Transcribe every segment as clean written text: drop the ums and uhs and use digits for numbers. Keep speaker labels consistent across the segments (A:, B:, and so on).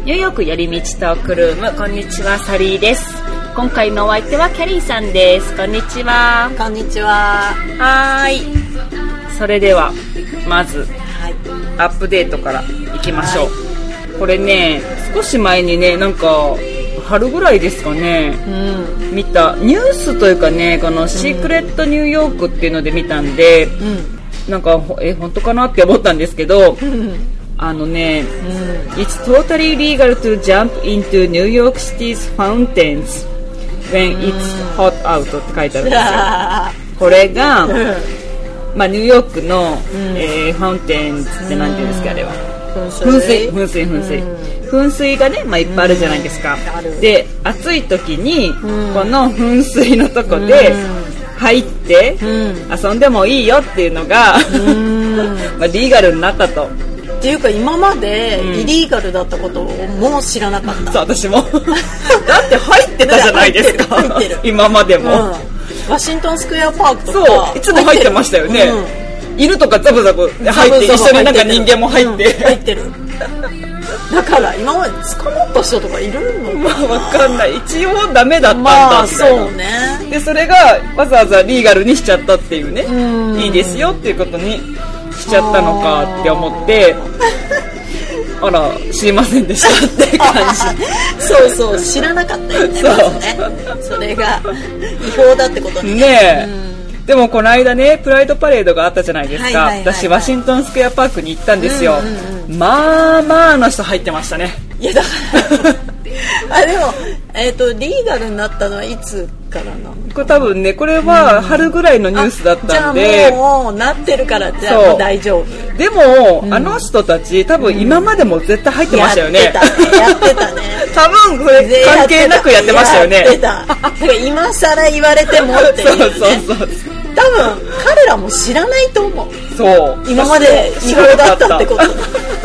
A: ニューヨーク寄り道トークルーム、こんにちは、サリーです。今回のお相手はキャリーさんです。こんにちは。
B: こんにちは。
A: はい。それではまず、アップデートからいきましょう。これね、少し前にね、なんか春ぐらいですかね、見たニュースというかね、このシークレットニューヨークっていうので見たんで、なんか本当かなって思ったんですけど、It's totally legal to jump into New York City's fountains when it's hot out って書いてあるんですよ。これが、ニューヨークの、ファウンテンってなんていうんですか、あれは噴水がね、いっぱいあるじゃないですか。で、暑い時に、この噴水のとこで入って遊んでもいいよっていうのがリーガルになったと。
B: っていうか今までイリーガルだったことをもう知らなかった。
A: そう、私もだって入ってたじゃないですか。入ってる今までも、
B: ワシントンスクエアパークとか
A: そういつも入ってましたよね、犬とかザブザブ入って、一緒になんか人間も入って、
B: 入ってるだから今まで捕まった人とかいるのかな。
A: わかんない。一応ダメだったんだみたいな、
B: そうね。
A: でそれがわざわざリーガルにしちゃったっていうね、いいですよっていうことにしちゃったのかって思って、あら知りませんでしたって感じ
B: そう知らなかったよね。まずね、それが違法だってことに
A: ね。でもこの間ね、プライドパレードがあったじゃないですか。私ワシントンスクエアパークに行ったんですよ。まあの人入ってましたね。
B: いやだからでも、リーガルになったのはいつからなの？
A: これ多分ね、これは春ぐらいのニュースだったんで、
B: じゃあもうなってるからじゃあもう大丈夫。
A: でも、あの人たち多分今までも絶対入ってましたよね。
B: やってたね
A: 多分これ関係なくやってましたよね。
B: やってた。だから今更言われてもっていうね。そう多分彼らも知らないと思う。そう今まで違法だったってこと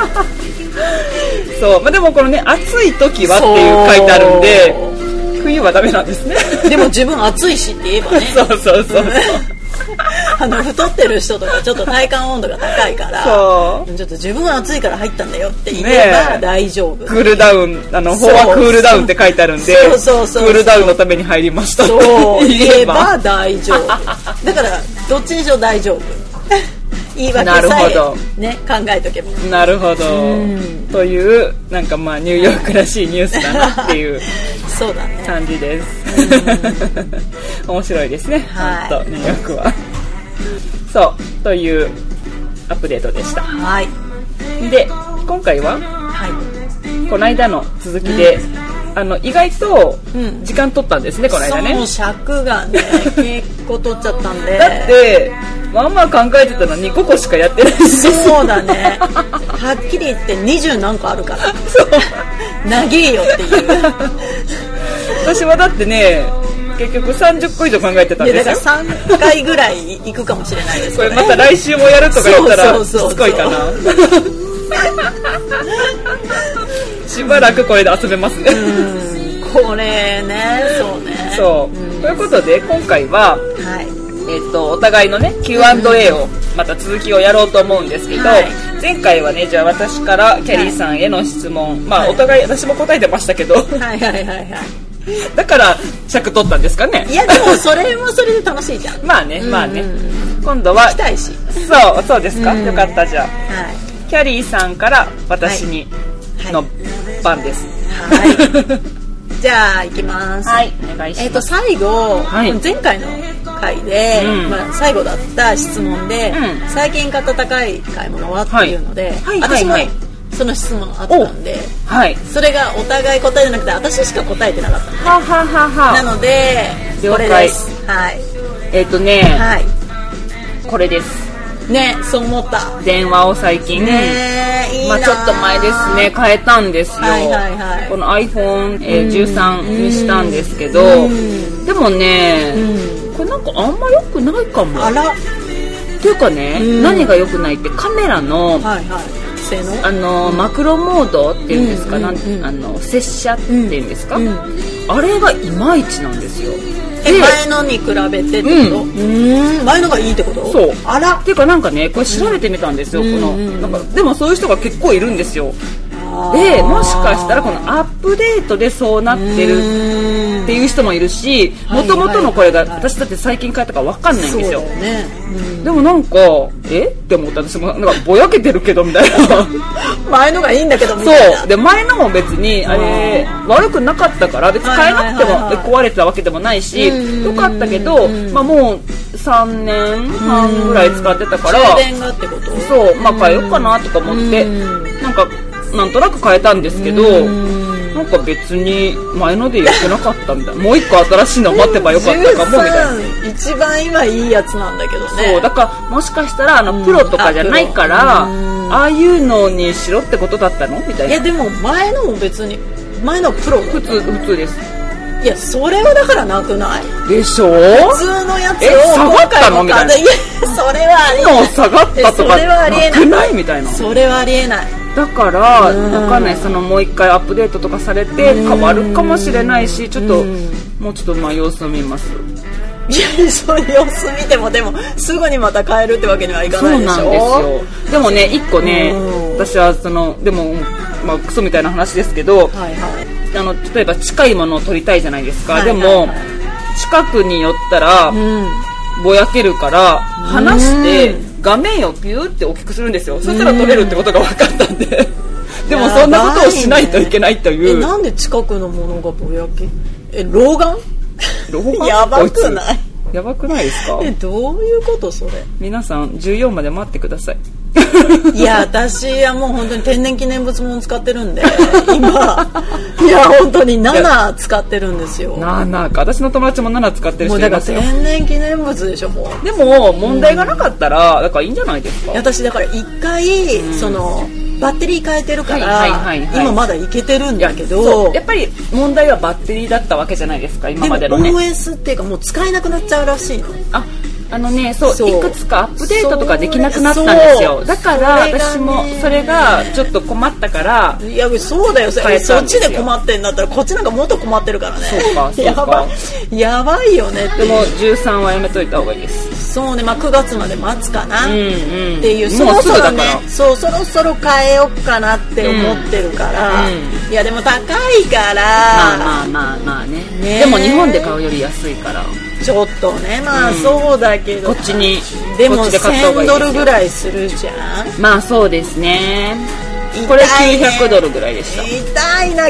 A: そう、でもこのね、暑い時はっていう書いてあるんで、冬はダメなんですね。
B: でも自分暑いしって言えばね
A: そう
B: 太ってる人とかちょっと体感温度が高いからちょっと自分は暑いから入ったんだよって言えば大丈夫、
A: クールダウン、フォアクールダウンって書いてあるんで、クールダウンのために入りましたって
B: 言えば大丈夫だからどっちにしろ大丈夫言い訳さえ、ね、考えとけば。
A: なるほど、というなんかニューヨークらしいニュースだなっていう
B: そうだね
A: 感じです。面白いですね、本当ニューヨークは。そうというアップデートでした。で今回は、この間の続きで、意外と時間取ったんですね、この間ね。
B: そう、尺がね結構取っちゃったんで。
A: だってまあ考えてたのに5個しかやってないし。
B: そうだねはっきり言って20何個あるから長えよっていう
A: 私はだってね、結局30個以上考えてたんですよ。
B: だから3回ぐらい行くかもしれないです、ね、
A: これまた来週もやるとか言ったらしつこいかなしばらくこれで遊べますね。
B: これね、
A: そう、ということで今回は、お互いのね Q&A をまた続きをやろうと思うんですけど、前回はね、じゃあ私からキャリーさんへの質問、お互い私も答えてましたけどだから尺取ったんですかね。
B: いやでもそれもそれで楽しいじゃん。まあね
A: 今度は
B: 聞きたいし。
A: そうですか、よかった。じゃあ、キャリーさんから私にの番です。
B: じゃあ行きます。
A: お願いします。
B: 最後、前回の回で、最後だった質問で、最近買った高い買い物はっていうので、私もその質問あったんで、それがお互い答えじゃなくて私しか答えてなかったので、なのでこれです。
A: これです
B: ね。そう思った。
A: 電話を最近
B: いいな、
A: ちょっと前ですね、変えたんですよ。この iPhone13 にしたんですけど、でもね、これなんかあんま良くないかも。
B: あら。
A: っていうかね、何が良くないってカメラの、マクロモードっていうんですか、接写っていうんですか、あれがいまいちなんですよ。
B: 前のに比べてってこと？前のがいいってこと？
A: そう。っていうかなんかね、これ調べてみたんですよ。なんかでもそういう人が結構いるんですよ。 でもしかしたらこのアップデートでそうなってるっていう人もいるし、もともとのこれが私だって最近変えたから分かんないんですよ、でもなんかって思った私もなんかぼやけてるけどみたいな
B: 前のがいいんだけどみたいな。
A: そうで前のも別にあれ悪くなかったから別に変えなくても壊れてたわけでもないしよかったけど、まあもう3年半ぐらい使ってたから
B: 充電がってこと？
A: そうまあ変えようかなとか思ってなんとなく変えたんですけど、なんか別に前ので良くなかったみたいなもう一個新しいの待てばよかったかもみたいな。
B: 一番今いいやつなんだけどね。
A: そうだからもしかしたらプロとかじゃないからああいうのにしろってことだったのみたいな。
B: いやでも前のも別に前のプロ
A: 普通です。
B: いやそれはだからなくない
A: でしょ。
B: 普通のやつを
A: 下がったのみたいな。
B: いやそれはありえない。
A: 下がったとか
B: それはありえない。
A: なくないみたいな。
B: それはありえない。
A: だからわかんないそのもう一回アップデートとかされて変わるかもしれないしちょっともうちょっとまあ様子を見ます。
B: いやそういう様子見てもでもすぐにまた変えるってわけにはいかないでしょ。
A: そうなんですよ。でもね一個ね私はそのでもまあクソみたいな話ですけど、例えば近いものを撮りたいじゃないですか、でも近くに寄ったらぼやけるから離して画面をピューって大きくするんですよ。そしたら撮れるってことが分かったんででもそんなことをしないといけないという。
B: なんで近くのものがぼやけ老眼やばくない？
A: やばくないですか？
B: どういうことそれ。皆
A: さん14まで待ってください
B: いや私はもう本当に天然記念物も使ってるんで今いや本当に7使ってるんですよ。
A: 7か。私の友達も7使ってる人いますよ。
B: もうだから天然記念物でしょもう。
A: でも問題がなかったらだからいいんじゃないですか。
B: 私だから1回そのバッテリー変えてるから今まだいけてるんだけど、
A: やっぱり問題はバッテリーだったわけじゃないですか今までのね。
B: でも OS っていうかもう使えなくなっちゃうらしいの。
A: そういくつかアップデートとかできなくなったんですよ。だから私もそれがちょっと困ったから。
B: いやそうだよ。そっちで困ってんだったらこっちなんかもっと困ってるからね。
A: そうか
B: やばいよねって。
A: でも13はやめといた方がいいです。
B: そうね、まあ9月まで待つかなっていう、
A: そろそろね
B: そろそろ変えようかなって思ってるから、いやでも高いから
A: まあね。でも日本で買うより安いから
B: ちょっとねまあそうだけど、
A: こっちに
B: でも$1000ぐらいするじゃん。
A: まあそうですね。これ$900ぐらいでした。
B: 痛いな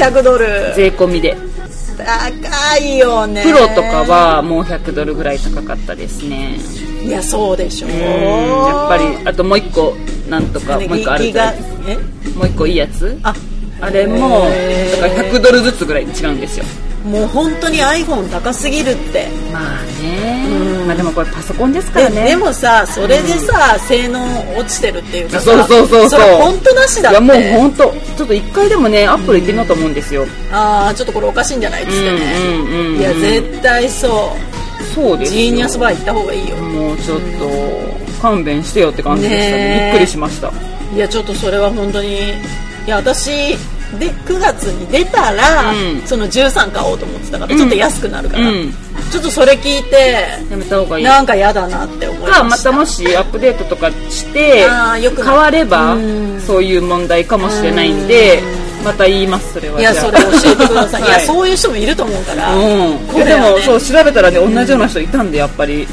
B: $900
A: 税込みで。
B: 高いよね。
A: プロとかはもう$100ぐらい高かったですね。
B: いやそうでしょ。
A: やっぱりあともう一個なんとかもう一個あるじゃないですか。もう一個いいやつあれもだから$100ずつぐらい違うんですよ。
B: もう本当に iPhone 高すぎるって。
A: まあね、まあでもこれパソコンですからね。
B: でもさそれでさ、性能落ちてるっていうかさ、
A: そう
B: それ本当なしだって。
A: いやもう本当ちょっと一回でもねアップル行ってみようと思うんですよ。
B: ちょっとこれおかしいんじゃないっつってね。いや絶対そうですよ。ジーニアスバー行った方がいいよ。も
A: うちょっと勘弁してよって感じでしたね。びっくりしました。
B: いやちょっとそれは本当に。いや私で9月に出たら、その13買おうと思ってたからちょっと安くなるから、ちょっとそれ聞いて
A: やめた方がいい。
B: なんか嫌だなって思いました。
A: またもしアップデートとかして変わればそういう問題かもしれないんでまた言います。それは。
B: いやそれ教えてください。いやそういう人もいると思うから。
A: でもそう調べたらね同じような人いたんでやっぱり。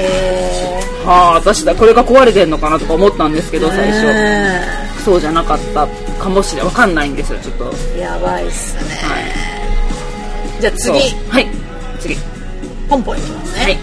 A: 私これが壊れてんのかなとか思ったんですけど最初そうじゃなかったかもしれない。分かんないんですよちょっと。
B: やばいっすね。じゃあ次。
A: 次
B: ポンポンいきますね。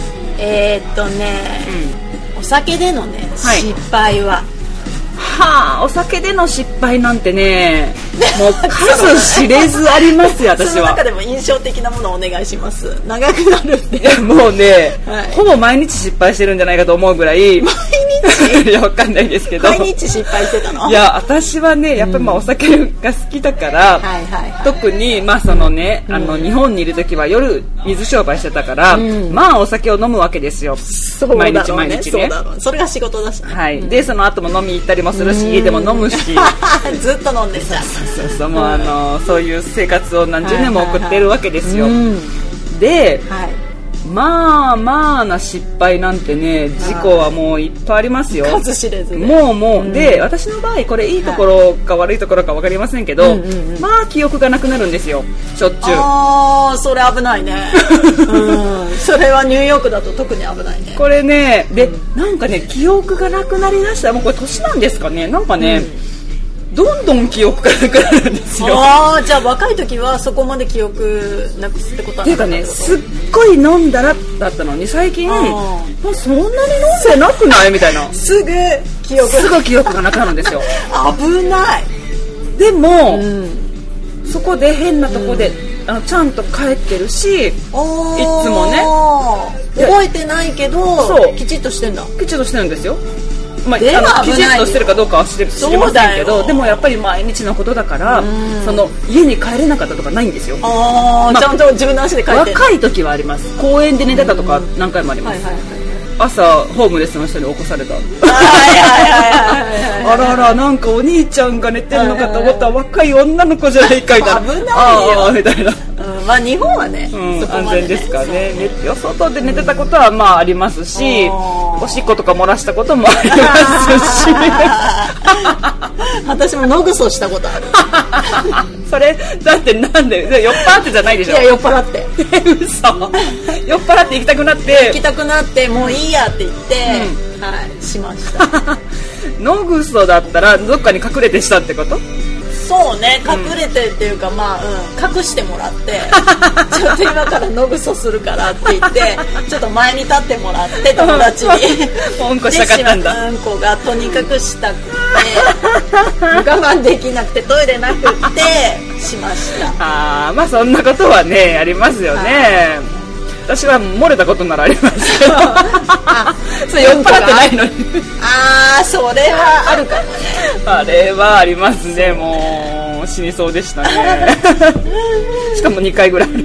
B: お酒でのね失敗は。
A: お酒での失敗なんてねもう数知れずありますよ私は。
B: その中でも印象的なものをお願いします。長くなるんで。
A: もうね、ほぼ毎日失敗してるんじゃないかと思うぐらい。
B: 毎日
A: いやわかんないですけど
B: 毎日失敗してたの。
A: いや私はねやっぱりお酒が好きだから、特にそのね日本にいる時は夜水商売してたから、お酒を飲むわけですよ。毎日ね。
B: それが仕事だしね。
A: でその後も飲み行ったりもするし家でも飲むし
B: ずっと飲んでた。
A: そうもうそういう生活を何十年も送ってるわけですよ。でまあな失敗なんてね、事故はもういっぱいありますよ。
B: 数知れずね。
A: もう、で、私の場合これいいところか悪いところか分かりませんけど、まあ記憶がなくなるんですよ、しょっちゅう。
B: ああ、それ危ないね。それはニューヨークだと特に危ないね。
A: これね、で、なんかね、記憶がなくなりだしたら、もうこれ年なんですかね、なんかね、どんどん記憶がなくなるんですよ。
B: じゃあ若い時はそこまで記憶なくすってことはなかったってこと？
A: っていうかね、すっごい飲んだらだったのに、最近もうそんなに飲んでなくないみたいな。
B: すぐ記憶が
A: なくなるんですよ。
B: 危ない。
A: でも、そこで変なとこでちゃんと帰ってるし、いつもね
B: 覚えてないけどきちっとしてんだ。
A: きちっとしてるんですよ。きちっとしてるかどうかは知りませんけど、でもやっぱり毎日のことだから、その家に帰れなかったとかないんですよ。
B: ちゃんと自分の足で帰ってる。
A: 若い時はあります。公園で寝てたとか何回もあります。朝ホームレスの人に起こされた。あらら、なんかお兄ちゃんが寝てるのかと思ったら若い女の子じゃないかみたいな。
B: 危ないよ
A: みたいな。
B: まあ日本はね、
A: 安全ですかね。外で寝てたことはまあありますし、おしっことか漏らしたこともありますし。
B: 私も野ぐそしたことある。
A: それだってなんで酔っ払ってじゃないでしょ。
B: いや酔っ払って。
A: 嘘。酔っ払って行きたくなって
B: もういいやって言って、はい、しました。
A: 野ぐそだったらどっかに隠れてしたってこと？
B: そうね、隠れてっていうか、隠してもらってちょっと今から野ぐそするからって言ってちょっと前に立ってもらって友達に
A: うんこしたかったんだ。
B: うんこがとにかくしたくて我慢できなくてトイレなくってしました。
A: まあそんなことはねありますよね。私は漏れたことならありますけどそれ酔っ払ってないのに
B: それはあるかもね。
A: あれはありますね。もう死にそうでしたね。しかも2回ぐらいある。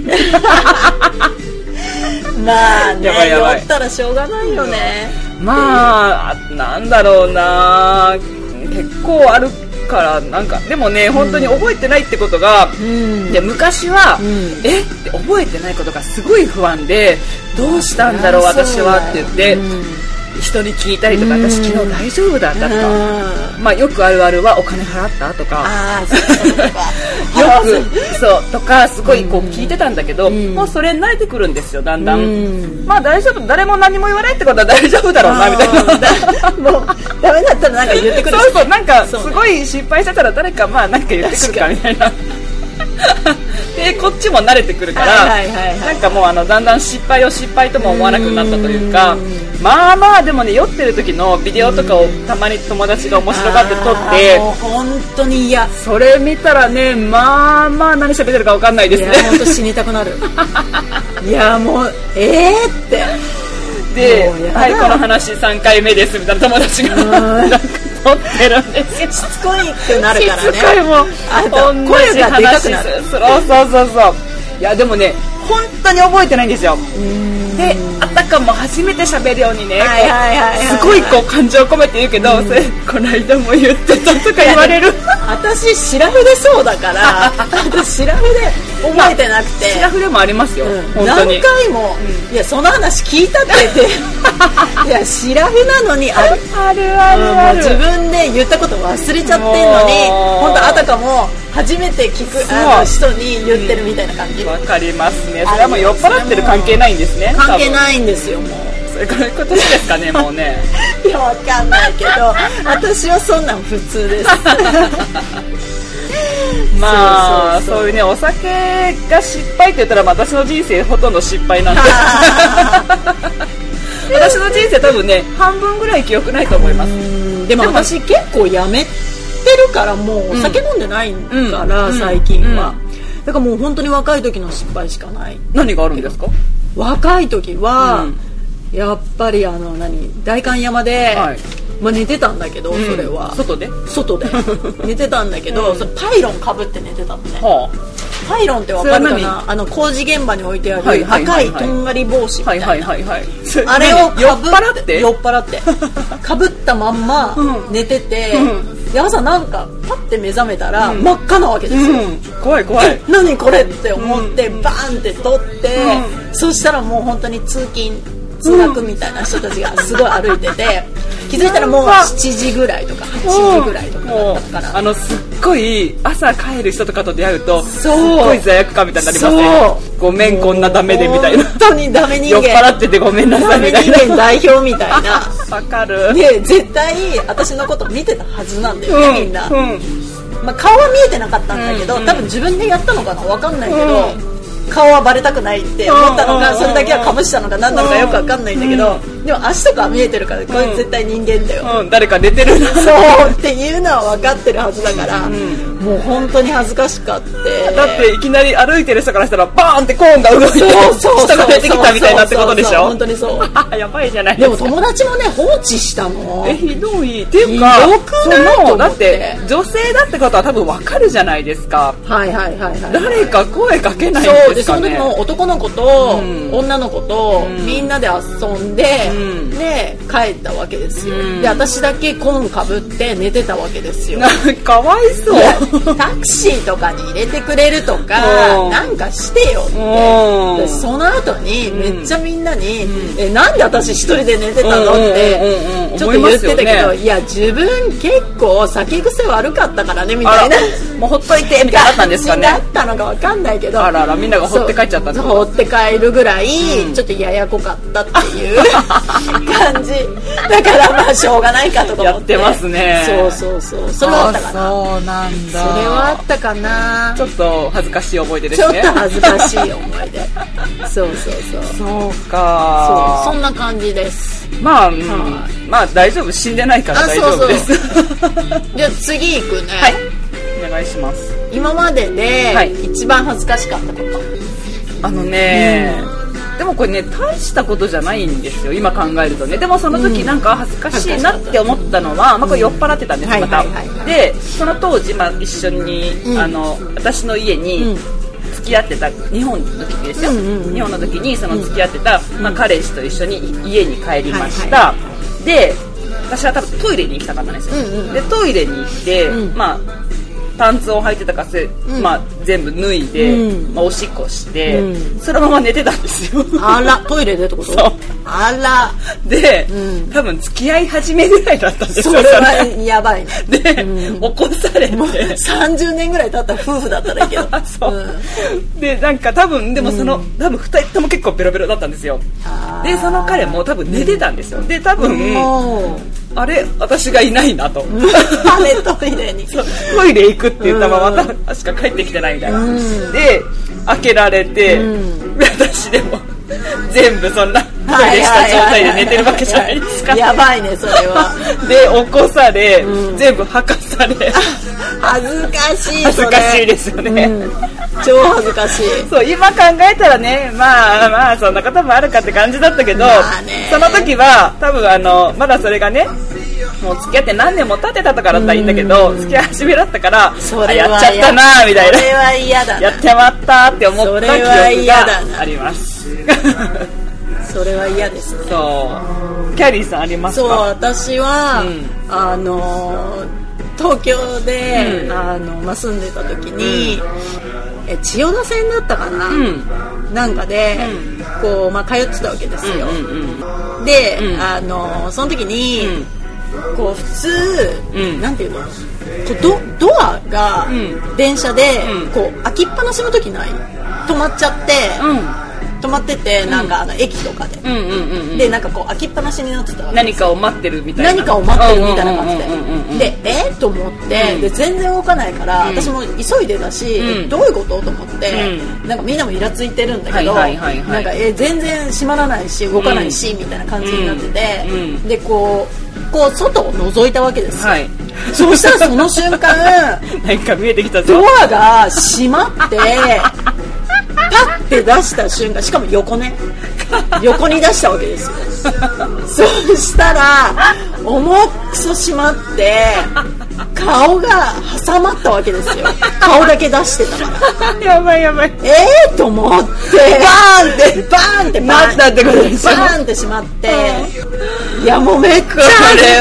B: まあね、酔ったらしょうがないよね。
A: まあなんだろうな、結構あるからなんかでもね、本当に覚えてないってことが、で昔は、って覚えてないことがすごい不安で、どうしたんだろう私はって言って、人に聞いたりとか、私昨日大丈夫だったとか、よくあるあるはお金払ったとか、よくそうとかすごいこう聞いてたんだけど、もうそれに慣れてくるんですよ、だんだん。まあ大丈夫、誰も何も言わないってことは大丈夫だろうなみたいな。
B: もうダメだったらなんか言ってくる。
A: そうなんかすごい失敗してたら誰かなんか言ってくるかみたいな。でこっちも慣れてくるから、なんかもうだんだん失敗を失敗とも思わなくなったというか、まあでもね、酔ってる時のビデオとかをたまに友達が面白がって撮って、
B: もう本当に嫌。
A: それ見たらね、まあ何喋ってるか分かんないですね。
B: いや本当死にたくなる。いやもうって
A: で、はい、この話3回目ですみたいな友達がなんか撮ってるんですよ。
B: しつこくなるからね。
A: しつこいも
B: 声がでかくなる。
A: そう。いやでもね、本当に覚えてないんですよ。で、あたかも初めて喋るようにね、すごいこう感情を込めて言うけど、それこの間も言ってたとか言われる。
B: 私シラフでそうだから、私シラフで覚えてなくて、
A: シラフでもありますよ。本当に
B: 何回も、いやその話聞いたって言って、いやシラフなのにある。もう自分で言ったこと忘れちゃってんのに、本当あたかも初めて聞く人に言ってるみたいな感じ。
A: わかりますね。それはもう酔っ払ってる関係ないんですね。
B: 関係ないんですよ。もう
A: それからことですかね。もうね。
B: いやわかんないけど、私はそんなん普通です。
A: まあそういうね、お酒が失敗って言ったら私の人生ほとんど失敗なんで。私の人生多分ね、半分ぐらい記憶ないと思います。
B: でも私結構やめてるから、もうお酒飲んでないから、最近は。だからもう本当に若い時の失敗しかない。
A: 何があるんですか？
B: 若い時は、やっぱり代官山で、寝てたんだけど、それは外で寝てたんだけど、それパイロンかぶって寝てたのね。パイロンってわかるかな？工事現場に置いてある赤いとんがり帽子みたいな、あれを酔っ払ってかぶったまんま寝てて、で朝なんかパッて目覚めたら真っ赤なわけですよ。
A: 怖い。
B: 何これって思ってバーンって取って、 そしたらもう本当に通勤通学みたいな人たちがすごい歩いてて、気づいたらもう7時ぐらいとか8時ぐらいとかだったから、
A: すっごい朝帰る人とかと出会うとすっごい罪悪感みたいになりますね。ごめんこんなダメでみたいな、
B: 本当にダメ人間、
A: 酔っ払っててごめんなさいみたいな、
B: ダメ人間代表みたいな
A: わかる。
B: で絶対私のこと見てたはずなんだよね、みんな、まあ、顔は見えてなかったんだけど、多分自分でやったのかな分かんないけど、顔はバレたくないって思ったのか、それだけはかぶしたのか何なのかよく分かんないんだけど、でも足とか見えてるからこれ絶対人間だよ、
A: 誰か寝てるな
B: そうっていうのは分かってるはずだから、もう本当に恥ずかしかって。
A: だっていきなり歩いてる人からしたらバーンってコーンが動いて人が出てきたみたいなってことでしょ。
B: 本当にそう
A: やばいじゃないですか。
B: でも友達もね放置したの。
A: ひどいっていうか、だって女性だってことは多分分かるじゃないですか。
B: はい
A: 誰か声かけないんですかね。
B: その時も男の子と女の子とみんなで遊んで、で帰ったわけですよ、で私だけコーンかぶって寝てたわけですよ。
A: かわいそう。
B: タクシーとかに入れてくれるとかなんかしてよって。その後にめっちゃみんなになんで私一人で寝てたのってちょっと言ってたけど、いや自分結構酒癖悪かったからねみたいな、
A: もうほっといてみたいなあったんですかね。
B: あったのか分かんないけど、
A: あらみんながほって帰っちゃったんですか。
B: ほって帰るぐらいちょっとややこかったっていう感じだからまあしょうがないかとか思って
A: やってますね。
B: そうそれはあったかな。
A: そうなんだ。
B: それはあったかな。
A: ちょっと恥ずかしい思い出ですね。
B: ちょっと恥ずかしい思い出そう
A: か。
B: そんな感じです。
A: まあ大丈夫、死んでないから大丈夫です。
B: じゃあ次行くね。
A: はい、お願いします。
B: 今までで一番恥ずかしかったこと。
A: でもこれね大したことじゃないんですよ今考えるとね。でもその時なんか恥ずかしいなって思ったのは、これ酔っ払ってたんですまた。でその当時一緒に私の家に付き合ってた、日本の時ですよ、日本の時にその付き合ってた彼氏と一緒に家に帰りました。で私は多分トイレに行きたかったんですよ。でトイレに行ってパンツを履いてたから全部脱いで、おしっこして、そのまま寝てたんですよ。
B: あらトイレでってこと？
A: そう。
B: あら
A: で、多分付き合い始めぐらいだったんですよ。
B: それはやばいね。
A: で、起こされて
B: 30年ぐらい経った夫婦だったらいいけど
A: でなんか多分でも多分2人とも結構ベロベロだったんですよ。でその彼も多分寝てたんですよ。で多分あれ私がいないなと
B: トイレに
A: トイレ行くって言ったまま確か帰ってきてないみたいな。で開けられて、私でも全部そんなトイレした状態で寝てるわけじゃないですか。
B: やばいねそれは。
A: で起こされ、全部吐かされ
B: 恥ずかしい。
A: 恥ずかしいですよね、
B: 超恥ずかしい。
A: そう今考えたらねまあそんなこともあるかって感じだったけど、その時は多分まだそれがねもう付き合って何年も経ってたとかだったらいいんだけど、付き合い始めだったからやっちゃったなみたいな、
B: それは嫌だな、
A: やってまったって思った記憶があります。
B: それは嫌ですね。
A: そうキャリーさんありますか？
B: そう私は、東京で、住んでた時に、千代田線だったかな、なんかで、こう通ってたわけですよ。で、その時に、こう普通、なんていうの、ドアが電車で、こう開きっぱなしの時ない？止まっちゃって、止まっててなんか駅とかで、でなんかこう開きっぱなしになってたわけ。
A: 何かを待ってるみたいな。
B: 何かを待ってるみたいな感じで、でと思って、で全然動かないから、私も急いでたし、どういうことと思って、なんかみんなもイラついてるんだけど、なんか全然閉まらないし動かないし、みたいな感じになってて、でこう外を覗いたわけですよ。そうしたらその瞬間
A: なんか見えてきたぞ。
B: ドアが閉まってパッて出した瞬間、しかも横に出したわけですよ。そうしたら重くそ閉まって顔が挟まったわけですよ。顔だけ出してたから
A: やばい
B: と思ってバーンって
A: なったってことですよ。
B: バーンってしまって、いやもうめっちゃ
A: 恥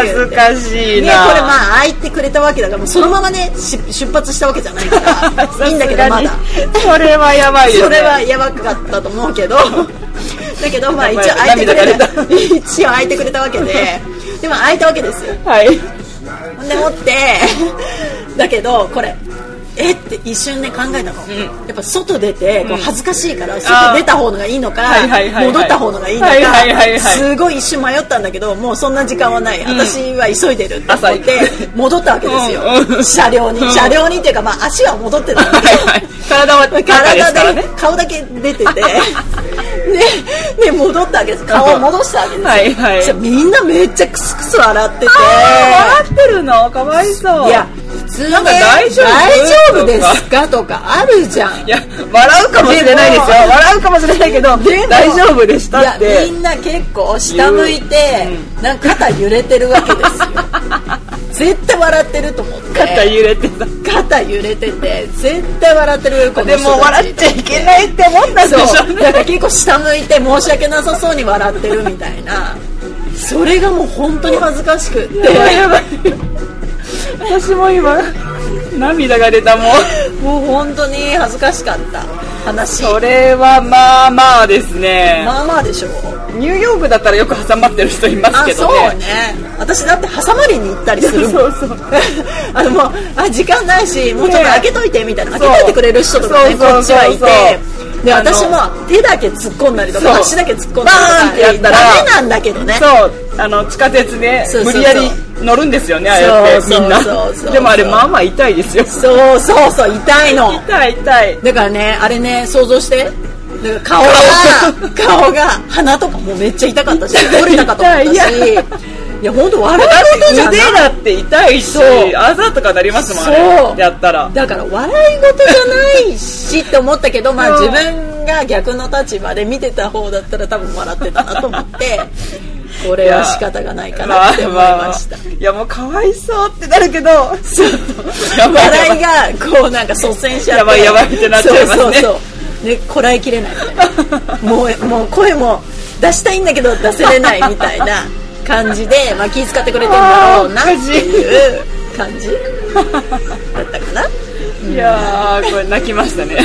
A: 恥ずかしいな。
B: ね、これまあ開いてくれたわけだからもうそのままね出発したわけじゃないからいいんだけどまだ
A: それはやばいですね。
B: それはやばかったと思うけどだけどまあ一応開いてくれた一応開いてくれたわけででも開いたわけですよ。
A: はい。
B: でもってだけどこれって一瞬ね考えたの、やっぱ外出てこう恥ずかしいから外出た方のがいいのか戻った方のがいいのかすごい一瞬迷ったんだけどもうそんな時間はない、私は急いでるって思って戻ったわけですよ、車両にっていうかまあ足は戻ってたんだけど体で顔だけ出ててで戻ったわけです。顔を戻したわけですよ。みんなめっちゃクスクス笑ってて
A: 笑ってるのかわいそう。
B: いや普通ね大丈夫ですかとかあるじゃん。
A: いや笑うかもしれないですよ。笑うかもしれないけど大丈夫でしたって。
B: いやみんな結構下向いてなんか肩揺れてるわけですよ絶対笑ってると思って
A: 肩揺れて
B: て絶対笑ってる。
A: でも笑っちゃいけないって思ったんでしょうね。
B: だから結構下向いて申し訳なさそうに笑ってるみたいなそれがもう本当に恥ずかしくって
A: やばい私も今涙が出た。も
B: う本当に恥ずかしかった話。
A: それはまあまあですね。
B: まあまあでしょう。
A: ニューヨークだったらよく挟まってる人いますけどね。
B: そうね。私だって挟まりに行ったりするもんもう時間ないしもうちょっと開けといてみたいな、開けといてくれる人とかねこっちはいて、で私も手だけ突っ込んだりとか足だけ突っ込んだりとか
A: バーンってやったら
B: ダメなんだけどね。
A: そう地下鉄ね無理やり乗るんですよね、ああやってみんな。でもあれまあまあ痛いですよ。
B: そう痛いの。
A: 痛い
B: だからねあれね想像して。だから顔が鼻とかもめっちゃ痛かったし折れたかと思ったしいや本当笑い事じゃない。
A: 腕だって痛いしあざとかなりますもんねやったら。
B: だから笑い事じゃないしって思ったけどまあ自分が逆の立場で見てた方だったら多分笑ってたなと思ってこれは仕方がないかなって思いました。
A: いやもうかわいそうってなるけど
B: 笑いがこうなんか率先しちゃって
A: やばいってなっちゃいますね。
B: でこらえきれないみたいなもう声も出したいんだけど出せれないみたいな感じで、まあ、気遣ってくれてるんだろうなっていう感じだったかな。
A: いやこれ泣きましたね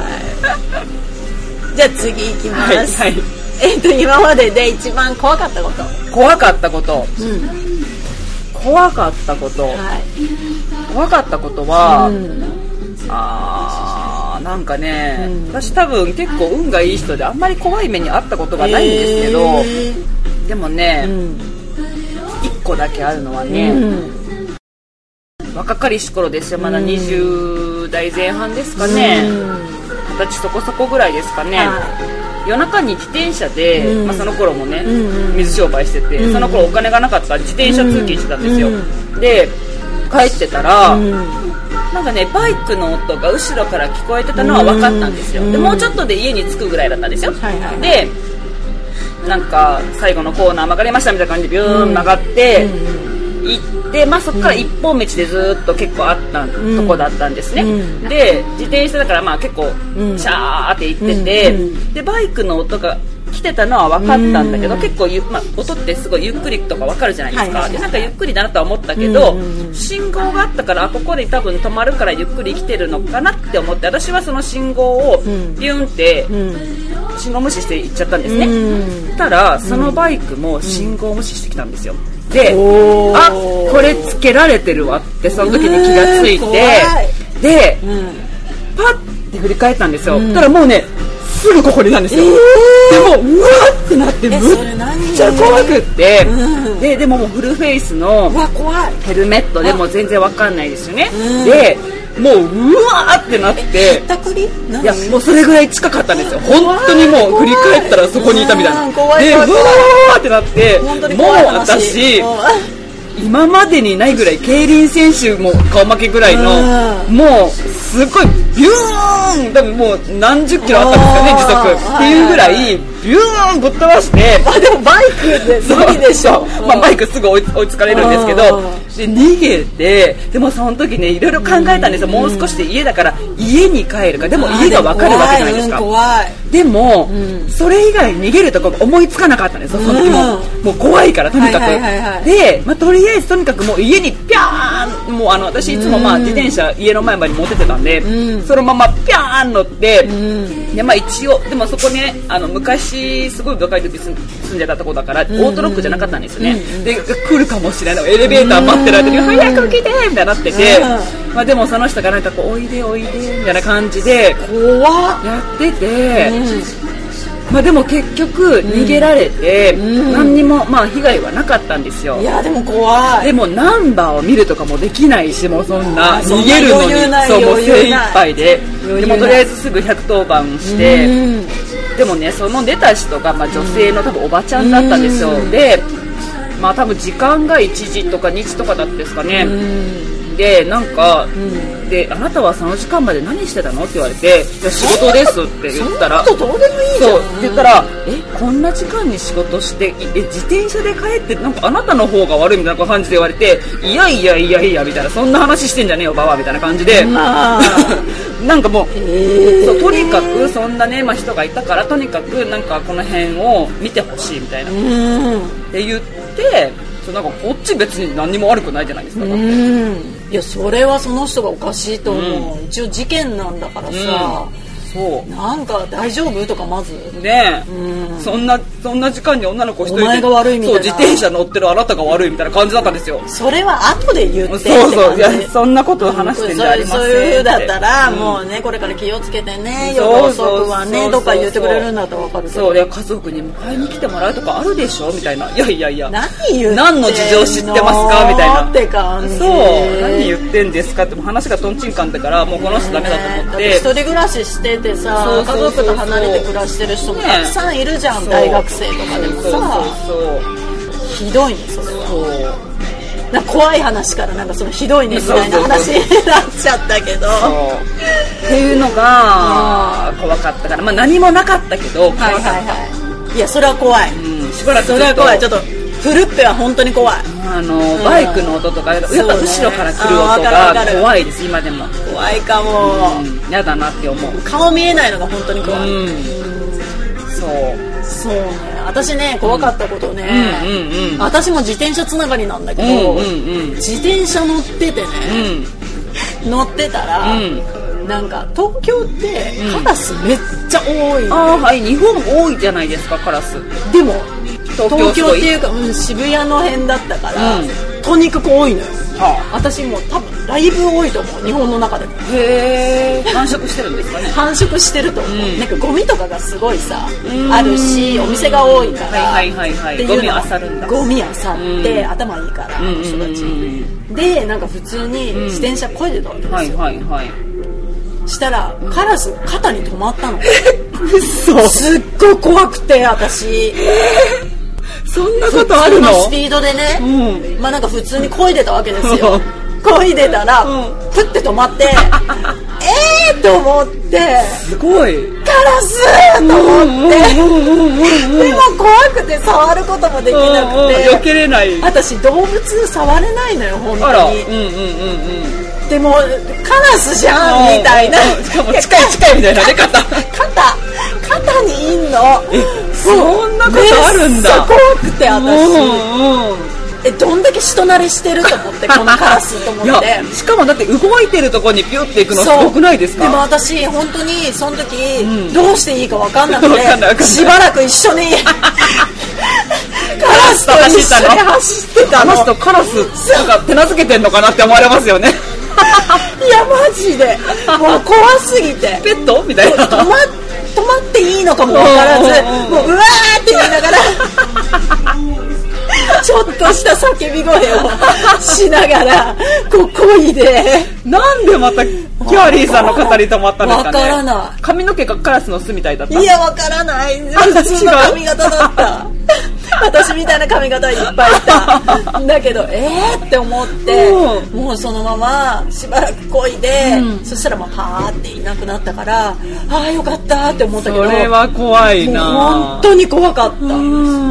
B: じゃあ次いきます、今までで一番怖かったこと。
A: 怖かったこと、怖かったことは、なんかね、私多分結構運がいい人であんまり怖い目に遭ったことがないんですけど、でもね、1個だけあるのはね、若かりし頃ですよ。まだ20代前半ですかね、20歳そこそこぐらいですかね、夜中に自転車で、その頃もね、水商売してて、その頃お金がなかったら自転車通勤してたんですよ、で帰ってたら、なんかねバイクの音が後ろから聞こえてたのは分かったんですよ。でもうちょっとで家に着くぐらいだったんですよ、でなんか最後のコーナー曲がりましたみたいな感じでビューン曲がって行って、そこから一本道でずっと結構あったとこだったんですね、で自転車だから結構シャーって行ってて、でバイクの音が来てたのは分かったんだけど、結構音ってすごいゆっくりとか分かるじゃないですか、でなんかゆっくりだなとは思ったけど、信号があったからここで多分止まるからゆっくり来てるのかなって思って、私はその信号をビューンって信号無視して行っちゃったんですね、たらそのバイクも信号無視してきたんですよ。でこれつけられてるわってその時に気がついて、でパッて振り返ったんですよ、ただもうねすぐここにいたんですよ、でもうわーってなってむっちゃ怖くって、でももうフルフェイスのヘルメットでも全然わかんないですよね、でもううわーってなって、いやもうそれぐらい近かったんですよ。本当にもう振り返ったらそこにいたみたいな。でうわーってなって、もう私今までにないぐらい競輪選手も顔負けぐらいのもうすごいビューン多分もう何十キロあったんですかね時速っていうぐらいビビューンぶっ飛ばして、
B: でもバイクで無理でしょ。
A: バイクすぐ追いつかれるんですけど、で逃げて、でもその時ねいろいろ考えたんですよ。もう少しで家だから家に帰るか、でも家が分かるわけじゃないですか。でもそれ以外逃げるとこ思いつかなかったんですよ。その時もう怖いからとにかく。で、とりあえずとにかくもう家にピャーン、もう私いつも自転車家の前まで持ってってたんで、そのままピャーン乗って、で一応でもそこね昔すごい若い時住んでたとこだからオートロックじゃなかったんですよね。で来るかもしれないエレベーター待ってる間に早く来てみたいになってて、でもその人がなんかこうおいでおいでみたいな感じでやってて、でも結局逃げられて、何にも被害はなかったんですよ。
B: いやでも怖い。
A: でもナンバーを見るとかもできないし、もうそんな逃げるのにそうもう精一杯で、でもとりあえずすぐ110番して、でもねその出た人が女性の多分おばちゃんだったんですよ。で多分時間が1時とか2時とかだったですかね。でなんか、であなたはその時間まで何してたのって言われて、いや仕事ですって言ったら、
B: そんなことどうでもいいじゃん。
A: そうって言ったら、こんな時間に仕事して自転車で帰ってなんかあなたの方が悪いみたいな感じで言われて、いやいやいやいやみたいな、そんな話してんじゃねえよババみたいな感じで、なんかもう、そうとにかくそんなね人がいたからとにかくなんかこの辺を見てほしいみたいなって言って。なんかこっち別に何にも悪くないじゃないですか。
B: いやそれはその人がおかしいと思う。一応事件なんだからさ、そうなんか大丈夫とかまず
A: ねそんな時間に女の子一人で
B: お前が悪いみたいな、
A: そう自転車乗ってるあなたが悪いみたいな感じだったんですよ。
B: それは後で言ってって
A: そういやそんなことを話してんじゃありませんって。
B: そういう風だったら、もうねこれから気をつけてね、夜遅くはねとか言ってくれるんだったら分かるけど、
A: そういや家族に迎えに来てもらうとかあるでしょみたいな、いやいやいや
B: 何
A: の事情知ってますかみたいな
B: って感じ。
A: そう何言ってんですかって話がトンチンカンだから、もうこの人ダメだと思って、
B: 一人暮らししててさ、家族と離れて暮らしてる人もたくさんいるじゃん、大学生とかでもさ。ひどいねそれは。なんか怖い話からなんかそのひどいねみたいな話になっちゃったけど、
A: っていうのが怖かったから、何もなかったけど怖かった。
B: いやそれは怖い。
A: しばらく
B: それは怖い。ちょっとフルッペは本当に怖い。
A: バイクの音とかやっぱ後ろから来る音が怖いです。今でも
B: 怖いかも。
A: やだなって思う。
B: 顔見えないのが本当に怖い。そうね。私ね怖かったことね、私も自転車つながりなんだけど、自転車乗っててね、乗ってたら、なんか東京ってカラスめっちゃ多い。
A: 日本多いじゃないですかカラス。
B: でも東京っていうか、渋谷の辺だったから、とにかく多いのよ。私も多分だいぶ多いと思う、日本の中でも。
A: へー、繁殖してるんですかね。
B: 繁殖してると思う。なんかゴミとかがすごいさあるし、お店が多いから、
A: ゴミ漁るんだ。
B: ゴミ漁って頭いいから人たちで、なんか普通に自転車漕いでたわけですよ。したらカラス肩に止まったの。すっごい怖くて私。
A: そんなことあるの？
B: 普通のスピードでね、なんか普通に漕いでたわけですよ。漕いでたら、プッて止まって、と思って、
A: すごい
B: カラスと思って、でも怖くて触ることもできなくて、
A: 避けれない。
B: 私動物触れないのよ本当に。でもカラスじゃんみたいな。
A: しかも近いみたいなね。
B: 肩にいんの。
A: そんなことあるんだ。
B: めっちゃ怖くて私、どんだけ人慣れしてると思って、このカラスと思って。
A: しかもだって動いてるところにピュッていくのすごくないですか？
B: でも私本当にその時、どうしていいか分かんなくて、しばらく一緒にカラスと一緒に走ってたの。
A: 話すとカラスなんか手なずけてんのかなって思われますよね。
B: いやマジでもう怖すぎて、
A: ペットみたいな。
B: 止まっていいのかも分からず、もううわーって言いながらちょっとした叫び声をしながらこいで。
A: なんでまたキャーリーさんの肩に止まったんですかね。
B: 分からない。
A: 髪の毛がカラスの巣みたいだった。
B: いや分からない。普通の髪型だった。 私みたいな髪型いっぱいいただけどって思って、もうそのまましばらく漕いで、そしたらもうパーっていなくなったから、ああよかったって思ったけど、
A: それは怖いな。
B: 本当に怖かった。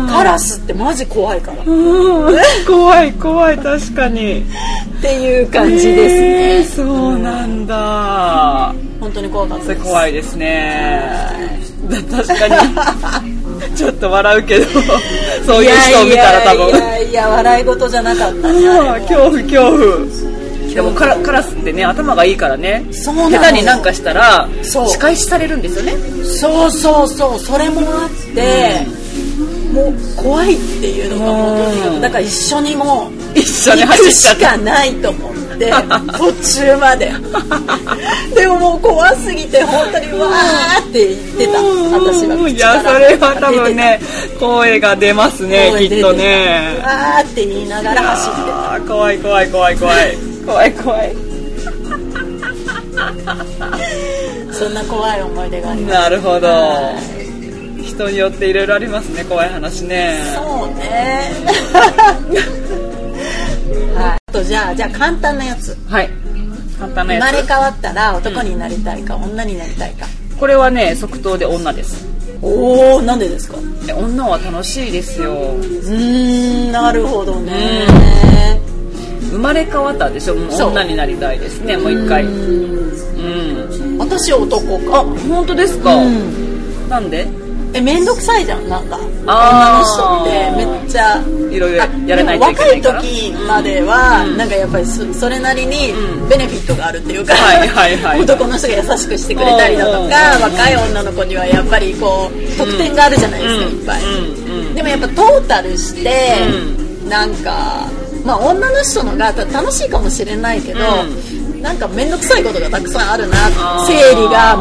B: カラスってマジ怖いから、
A: 怖い確かに
B: っていう感じですね。
A: そうなんだ。
B: 本当に怖かったです。
A: 怖いですね。確かにちょっと笑うけどそういう人を見たら多分
B: いや笑い事じゃなかったね。
A: 恐怖でもカラスってね頭がいいからね、下手になんかしたら仕返しされるんですよね。
B: そうそれもあって、もう怖いっていうのがもうとにかく、だから一緒に走っちゃったしかないと思って途中まででももう怖すぎて本当にわーって言ってた。私は口から。いやそれは多分ね
A: 声が出ますね、きっとね。
B: わーって言いながら走ってた。
A: 怖い
B: そんな怖い思い出があります。
A: なるほど。人によっていろいろありますね、怖い話ね。
B: そうねはい、あとじゃあ簡単なやつ。
A: はい、簡単なやつ。
B: 生まれ変わったら男になりたいか、女になりたいか。
A: これはね即答で女です。
B: おー、なんでですか？
A: 女は楽しいですよ。
B: なるほどね。
A: 生まれ変わったでしょ。もう女になりたいですね、もう一回。
B: 私男か。
A: 本当ですか？なんで？
B: めんどくさいじゃん、なんか女の人ってめっちゃ
A: いろいろやらないといけないから。
B: 若い時まではなんかやっぱりそれなりにベネフィットがあるっていうか、男の人が優しくしてくれたりだとか、若い女の子にはやっぱりこう特典があるじゃないですか、いっぱい。でもやっぱトータルしてなんかまあ女の人のが楽しいかもしれないけど、なんか面倒くさいことがたくさんあるな。生理が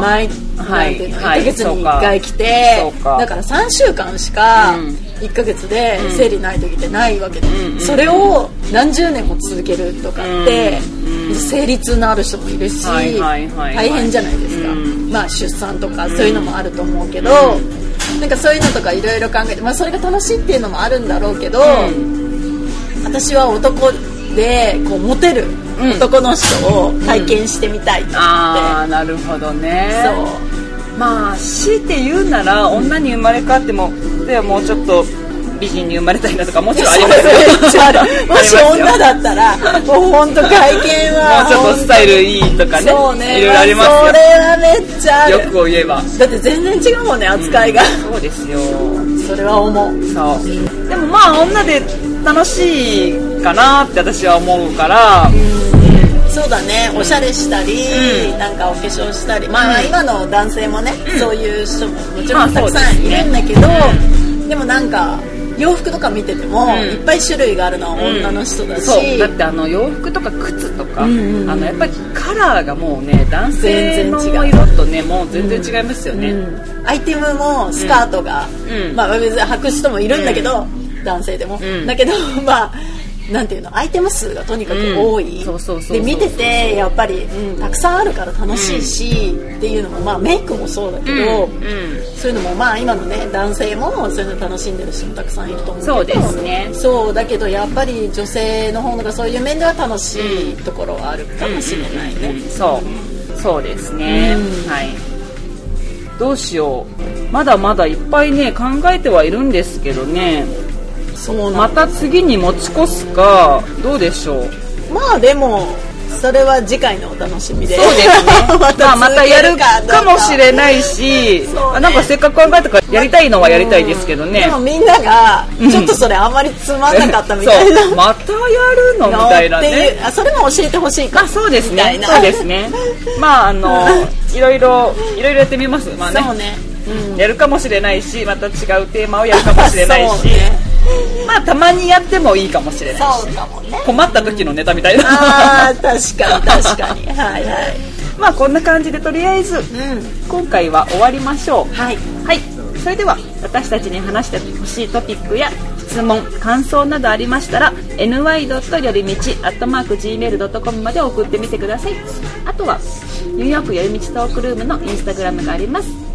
B: 1ヶ月に1回来て、だから3週間しか1ヶ月で生理ない時ってないわけで、それを何十年も続けるとかって生理痛のある人もいるし大変じゃないですか。まあ出産とかそういうのもあると思うけど、なんかそういうのとかいろいろ考えて、まあそれが楽しいっていうのもあるんだろうけど、私は男でこうモテる男の人を体験してみたいと思って。
A: なるほどね。まあ強いて言うなら女に生まれ変わってもではもうちょっと美人に生まれたいなとかもちろんありますよ。
B: めっちゃある。もし女だったらもう本当外見は
A: もうちょっとスタイルいいとかね、いろいろありますよ。
B: それはめっちゃある。
A: よくを言えば
B: だって全然違うもんね、扱いが。
A: そうですよ。
B: それは思う。
A: そうでもまあ女で楽しいかなって私は思うから、
B: そうだね、おしゃれしたり、なんかお化粧したり、まあ今の男性もね、そういう人ももちろんたくさんいるんだけど、でもなんか洋服とか見てても、いっぱい種類があるのは女の人だし、
A: そうだって洋服とか靴とか、やっぱりカラーがもうね男性の色とねもう全然違いますよね。
B: アイテムもスカートが、まあ別に履く人もいるんだけど、男性でも、だけどまあなんていうの、アイテム数がとにかく多い。で見ててやっぱり、たくさんあるから楽しいし、っていうのもまあメイクもそうだけど、そういうのもまあ今のね男性もそういうの楽しんでる人もたくさんいると思うけど、
A: そうですね。
B: そうだけどやっぱり女性の方がそういう面では楽しいところはあるかもしれないね。
A: そうですね。はい。どうしよう。まだまだいっぱいね考えてはいるんですけどね。また次に持ち越すかどうでしょう。
B: まあでもそれは次回のお楽しみで。
A: そうですねまたやるかもしれないし、なんかせっかく考えたからやりたいのはやりたいですけどね。
B: でもみんながちょっとそれあんまりつまんなかったみたいな
A: またやるのみたいなね。
B: それも教えてほしいか。
A: そうですね。そうですね。まあいろいろやってみます。まあね。
B: そうね。
A: やるかもしれないし、また違うテーマをやるかもしれないし。まあたまにやってもいいかもしれないし、
B: そうかもね、
A: 困った時のネタみたいな。
B: 確かにはいはい。
A: まあこんな感じでとりあえず、今回は終わりましょう。はい、それでは私たちに話してほしいトピックや質問感想などありましたら ny. よりみち @gmail.com まで送ってみてください。あとはニューヨークよりみちトークルームのインスタグラムがあります。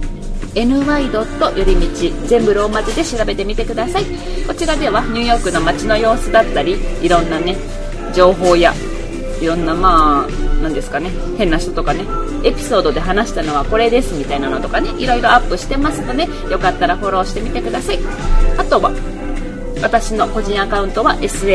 A: ny. よりみち、全部ローマ字で調べてみてください。こちらではニューヨークの街の様子だったり、いろんなね情報やいろんななんですかね、変な人とかね、エピソードで話したのはこれですみたいなのとかね、いろいろアップしてますので、よかったらフォローしてみてください。あとは私の個人アカウントは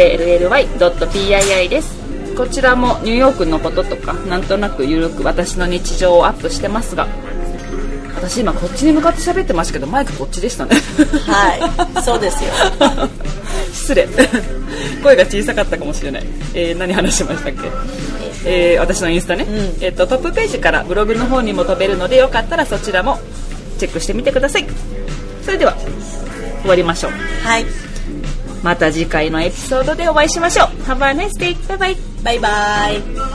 A: sally.pii です。こちらもニューヨークのこととかなんとなくゆるく私の日常をアップしてますが、私今こっちに向かって喋ってますけどマイクこっちでしたね。
B: はい、そうですよ。
A: 失礼。声が小さかったかもしれない。何話しましたっけ？私のインスタね、トップページからブログの方にも飛べるので、よかったらそちらもチェックしてみてください。それでは終わりましょう。
B: はい、
A: また次回のエピソードでお会いしましょう。Have a nice day. バイバイ。
B: バイバイ。